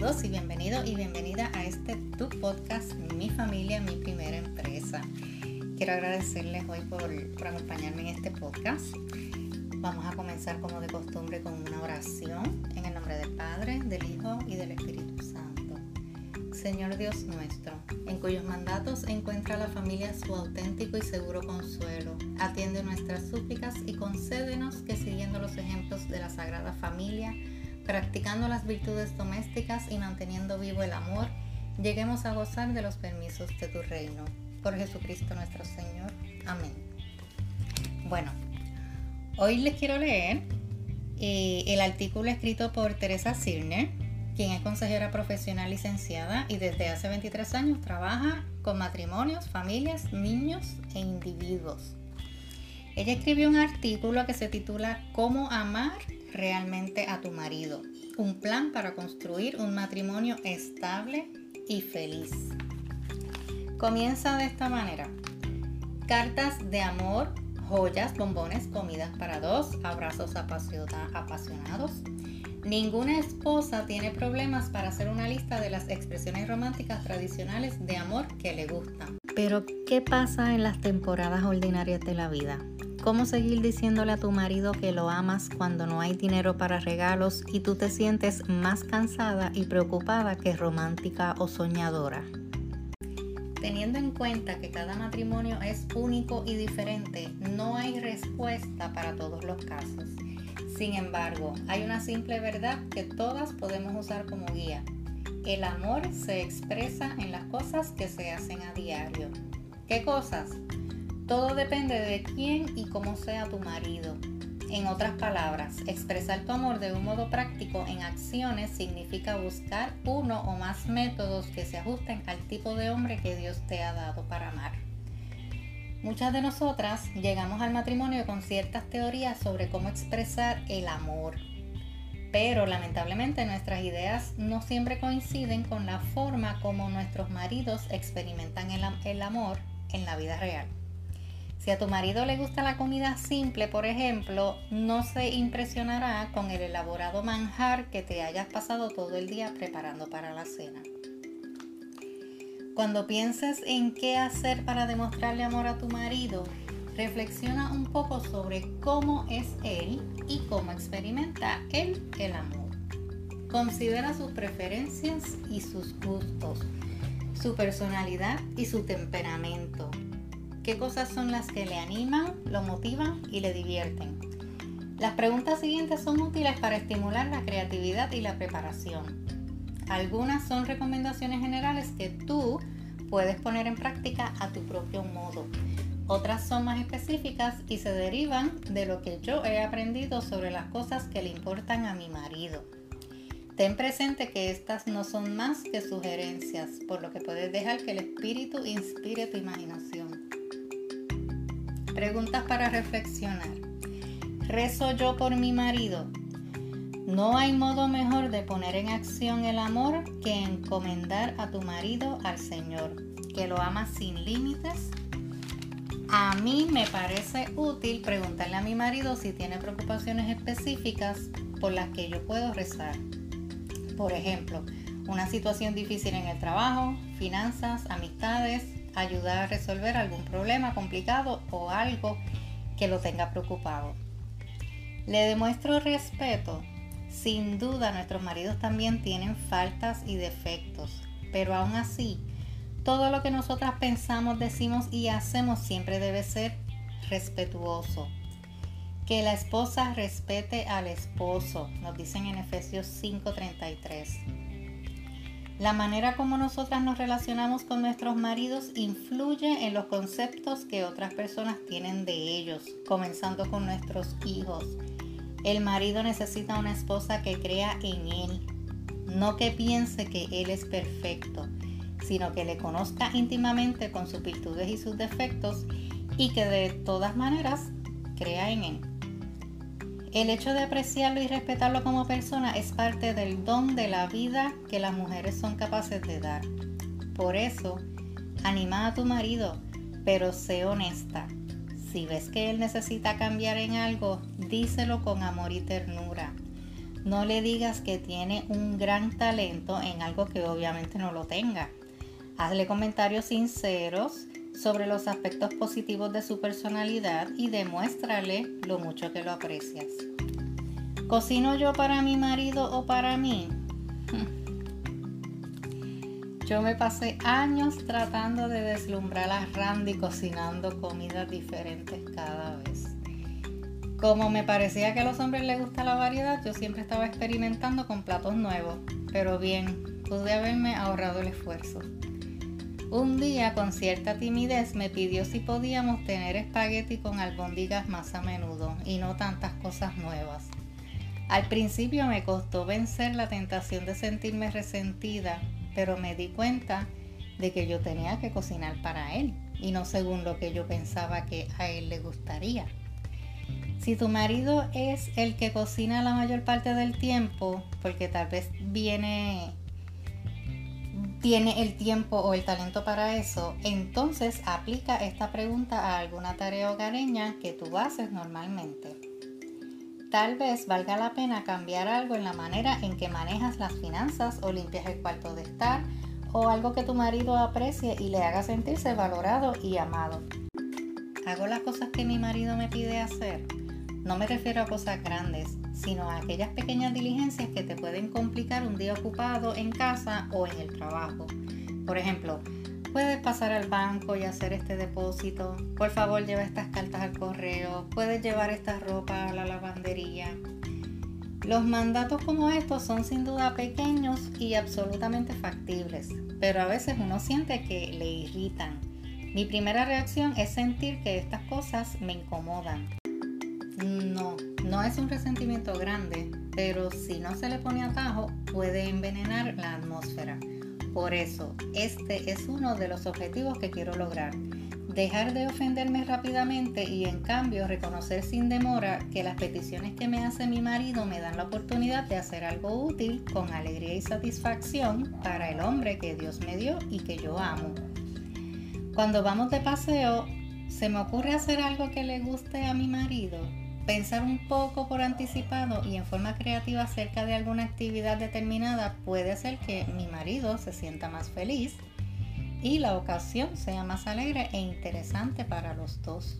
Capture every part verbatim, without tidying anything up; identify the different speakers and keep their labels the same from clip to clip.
Speaker 1: Saludos y bienvenido y bienvenida a este tu podcast, Mi Familia, Mi Primera Empresa. Quiero agradecerles hoy por, por acompañarme en este podcast. Vamos a comenzar como de costumbre con una oración en el nombre del Padre, del Hijo y del Espíritu Santo. Señor Dios nuestro, en cuyos mandatos encuentra la familia su auténtico y seguro consuelo, atiende nuestras súplicas y concédenos que siguiendo los ejemplos de la Sagrada Familia, practicando las virtudes domésticas y manteniendo vivo el amor, lleguemos a gozar de los permisos de tu reino. Por Jesucristo nuestro Señor. Amén. Bueno, hoy les quiero leer eh, el artículo escrito por Teresa Zirner, quien es consejera profesional licenciada y desde hace veintitrés años trabaja con matrimonios, familias, niños e individuos. Ella escribió un artículo que se titula ¿Cómo amar realmente a tu marido? Un plan para construir un matrimonio estable y feliz. Comienza de esta manera: cartas de amor, joyas, bombones, comidas para dos, abrazos apasiona- apasionados. Ninguna esposa tiene problemas para hacer una lista de las expresiones románticas tradicionales de amor que le gustan. Pero, ¿qué pasa en las temporadas ordinarias de la vida? ¿Cómo seguir diciéndole a tu marido que lo amas cuando no hay dinero para regalos y tú te sientes más cansada y preocupada que romántica o soñadora? Teniendo en cuenta que cada matrimonio es único y diferente, no hay respuesta para todos los casos. Sin embargo, hay una simple verdad que todas podemos usar como guía. El amor se expresa en las cosas que se hacen a diario. ¿Qué cosas? Todo depende de quién y cómo sea tu marido. En otras palabras, expresar tu amor de un modo práctico en acciones significa buscar uno o más métodos que se ajusten al tipo de hombre que Dios te ha dado para amar. Muchas de nosotras llegamos al matrimonio con ciertas teorías sobre cómo expresar el amor, pero lamentablemente nuestras ideas no siempre coinciden con la forma como nuestros maridos experimentan el, el amor en la vida real. Si a tu marido le gusta la comida simple, por ejemplo, no se impresionará con el elaborado manjar que te hayas pasado todo el día preparando para la cena. Cuando pienses en qué hacer para demostrarle amor a tu marido, reflexiona un poco sobre cómo es él y cómo experimenta él el amor. Considera sus preferencias y sus gustos, su personalidad y su temperamento. ¿Qué cosas son las que le animan, lo motivan y le divierten? Las preguntas siguientes son útiles para estimular la creatividad y la preparación. Algunas son recomendaciones generales que tú puedes poner en práctica a tu propio modo. Otras son más específicas y se derivan de lo que yo he aprendido sobre las cosas que le importan a mi marido. Ten presente que estas no son más que sugerencias, por lo que puedes dejar que el espíritu inspire tu imaginación. Preguntas para reflexionar. ¿Rezo yo por mi marido? No hay modo mejor de poner en acción el amor que encomendar a tu marido al Señor, que lo ama sin límites. A mí me parece útil preguntarle a mi marido si tiene preocupaciones específicas por las que yo puedo rezar. Por ejemplo, una situación difícil en el trabajo, finanzas, amistades, ayudar a resolver algún problema complicado o algo que lo tenga preocupado. ¿Le demuestro respeto? Sin duda, nuestros maridos también tienen faltas y defectos, pero aún así, todo lo que nosotras pensamos, decimos y hacemos siempre debe ser respetuoso. Que la esposa respete al esposo, nos dicen en Efesios cinco treinta y tres. La manera como nosotras nos relacionamos con nuestros maridos influye en los conceptos que otras personas tienen de ellos, comenzando con nuestros hijos. El marido necesita una esposa que crea en él, no que piense que él es perfecto, sino que le conozca íntimamente con sus virtudes y sus defectos y que de todas maneras crea en él. El hecho de apreciarlo y respetarlo como persona es parte del don de la vida que las mujeres son capaces de dar. Por eso, anima a tu marido, pero sé honesta. Si ves que él necesita cambiar en algo, díselo con amor y ternura. No le digas que tiene un gran talento en algo que obviamente no lo tenga. Hazle comentarios sinceros sobre los aspectos positivos de su personalidad y demuéstrale lo mucho que lo aprecias. ¿Cocino yo para mi marido o para mí? Yo me pasé años tratando de deslumbrar a Randy cocinando comidas diferentes cada vez. Como me parecía que a los hombres les gusta la variedad, yo siempre estaba experimentando con platos nuevos. Pero bien, pude haberme ahorrado el esfuerzo. Un día, con cierta timidez, me pidió si podíamos tener espagueti con albóndigas más a menudo y no tantas cosas nuevas. Al principio me costó vencer la tentación de sentirme resentida, pero me di cuenta de que yo tenía que cocinar para él y no según lo que yo pensaba que a él le gustaría. Si tu marido es el que cocina la mayor parte del tiempo, porque tal vez viene, tiene el tiempo o el talento para eso, entonces aplica esta pregunta a alguna tarea hogareña que tú haces normalmente. Tal vez valga la pena cambiar algo en la manera en que manejas las finanzas o limpias el cuarto de estar, o algo que tu marido aprecie y le haga sentirse valorado y amado. ¿Hago las cosas que mi marido me pide hacer? No me refiero a cosas grandes, sino a aquellas pequeñas diligencias que te pueden complicar un día ocupado en casa o en el trabajo. Por ejemplo, ¿puedes pasar al banco y hacer este depósito? Por favor, lleva estas cartas al correo. ¿Puedes llevar esta ropa a la lavandería? Los mandatos como estos son sin duda pequeños y absolutamente factibles, pero a veces uno siente que le irritan. Mi primera reacción es sentir que estas cosas me incomodan. No, no es un resentimiento grande, pero si no se le pone atajo, puede envenenar la atmósfera. Por eso, este es uno de los objetivos que quiero lograr. Dejar de ofenderme rápidamente y en cambio reconocer sin demora que las peticiones que me hace mi marido me dan la oportunidad de hacer algo útil con alegría y satisfacción para el hombre que Dios me dio y que yo amo. Cuando vamos de paseo, ¿se me ocurre hacer algo que le guste a mi marido? Pensar un poco por anticipado y en forma creativa acerca de alguna actividad determinada puede hacer que mi marido se sienta más feliz y la ocasión sea más alegre e interesante para los dos.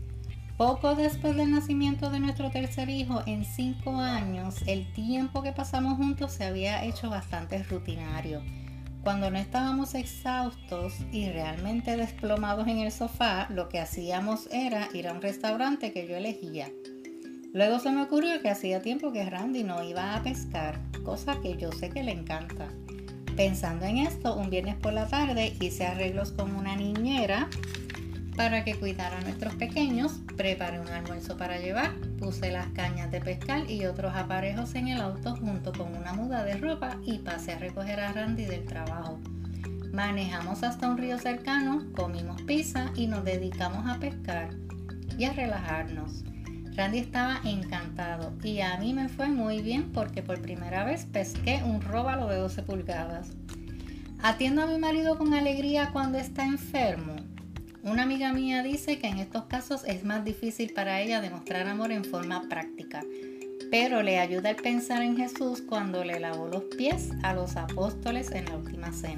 Speaker 1: Poco después del nacimiento de nuestro tercer hijo, en cinco años, el tiempo que pasamos juntos se había hecho bastante rutinario. Cuando no estábamos exhaustos y realmente desplomados en el sofá, lo que hacíamos era ir a un restaurante que yo elegía. Luego se me ocurrió que hacía tiempo que Randy no iba a pescar, cosa que yo sé que le encanta. Pensando en esto, un viernes por la tarde hice arreglos con una niñera para que cuidara a nuestros pequeños, preparé un almuerzo para llevar, puse las cañas de pescar y otros aparejos en el auto junto con una muda de ropa y pasé a recoger a Randy del trabajo. Manejamos hasta un río cercano, comimos pizza y nos dedicamos a pescar y a relajarnos. Randy estaba encantado y a mí me fue muy bien porque por primera vez pesqué un róbalo de doce pulgadas. Atiendo a mi marido con alegría cuando está enfermo. Una amiga mía dice que en estos casos es más difícil para ella demostrar amor en forma práctica, pero le ayuda el pensar en Jesús cuando le lavó los pies a los apóstoles en la última cena.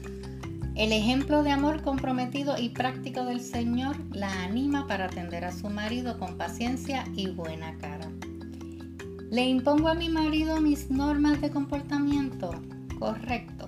Speaker 1: El ejemplo de amor comprometido y práctico del Señor la anima para atender a su marido con paciencia y buena cara. ¿Le impongo a mi marido mis normas de comportamiento? Correcto.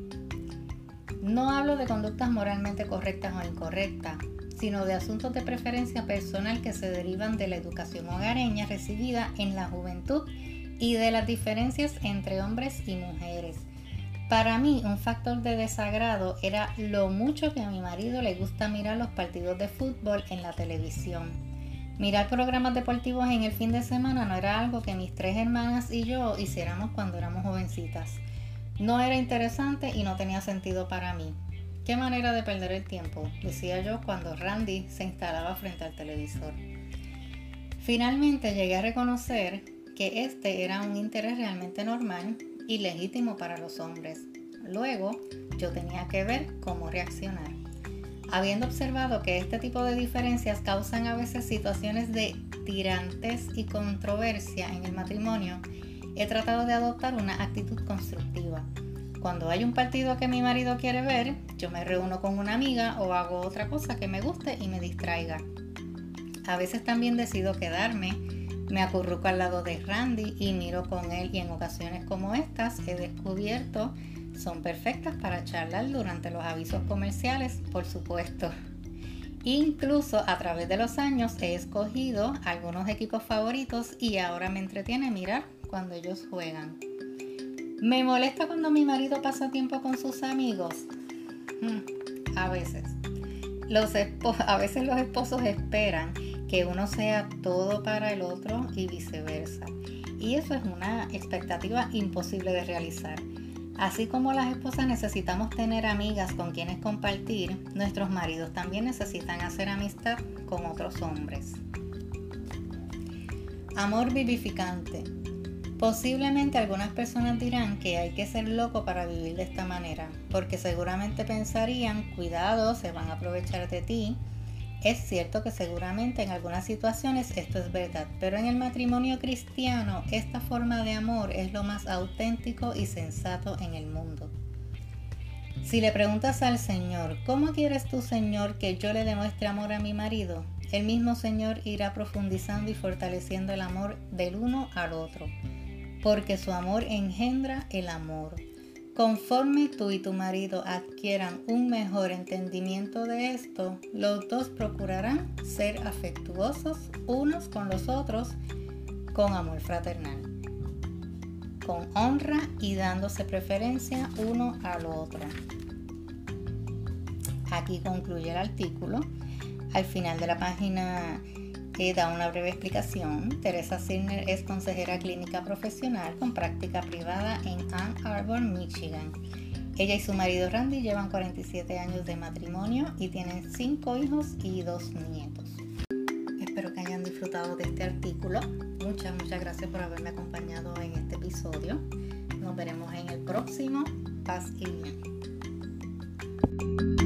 Speaker 1: No hablo de conductas moralmente correctas o incorrectas, sino de asuntos de preferencia personal que se derivan de la educación hogareña recibida en la juventud y de las diferencias entre hombres y mujeres. Para mí, un factor de desagrado era lo mucho que a mi marido le gusta mirar los partidos de fútbol en la televisión. Mirar programas deportivos en el fin de semana no era algo que mis tres hermanas y yo hiciéramos cuando éramos jovencitas. No era interesante y no tenía sentido para mí. ¿Qué manera de perder el tiempo?, decía yo cuando Randy se instalaba frente al televisor. Finalmente llegué a reconocer que este era un interés realmente normal y legítimo para los hombres. Luego, yo tenía que ver cómo reaccionar. Habiendo observado que este tipo de diferencias causan a veces situaciones de tirantes y controversia en el matrimonio, he tratado de adoptar una actitud constructiva. Cuando hay un partido que mi marido quiere ver, yo me reúno con una amiga o hago otra cosa que me guste y me distraiga. A veces también decido quedarme, me acurruco al lado de Randy y miro con él, y en ocasiones como estas he descubierto son perfectas para charlar durante los avisos comerciales, por supuesto. Incluso a través de los años he escogido algunos equipos favoritos y ahora me entretiene mirar cuando ellos juegan. ¿Me molesta cuando mi marido pasa tiempo con sus amigos? Hmm, a veces. Los esp- a veces los esposos esperan que uno sea todo para el otro y viceversa. Y eso es una expectativa imposible de realizar. Así como las esposas necesitamos tener amigas con quienes compartir, nuestros maridos también necesitan hacer amistad con otros hombres. Amor vivificante. Posiblemente algunas personas dirán que hay que ser loco para vivir de esta manera, porque seguramente pensarían, cuidado, se van a aprovechar de ti. Es cierto que seguramente en algunas situaciones esto es verdad, pero en el matrimonio cristiano esta forma de amor es lo más auténtico y sensato en el mundo. Si le preguntas al Señor, ¿cómo quieres tú, Señor, que yo le demuestre amor a mi marido? El mismo Señor irá profundizando y fortaleciendo el amor del uno al otro, porque su amor engendra el amor. Conforme tú y tu marido adquieran un mejor entendimiento de esto, los dos procurarán ser afectuosos unos con los otros con amor fraternal, con honra y dándose preferencia uno al otro. Aquí concluye el artículo. Al final de la página eh, da una breve explicación. Teresa Zirner es consejera clínica profesional con práctica privada en Ann Arbor, Michigan. Ella y su marido Randy llevan cuarenta y siete años de matrimonio y tienen cinco hijos y dos nietos. Espero que hayan disfrutado de este artículo. Muchas, muchas gracias por haberme acompañado en este episodio. Nos veremos en el próximo. Paz y bien.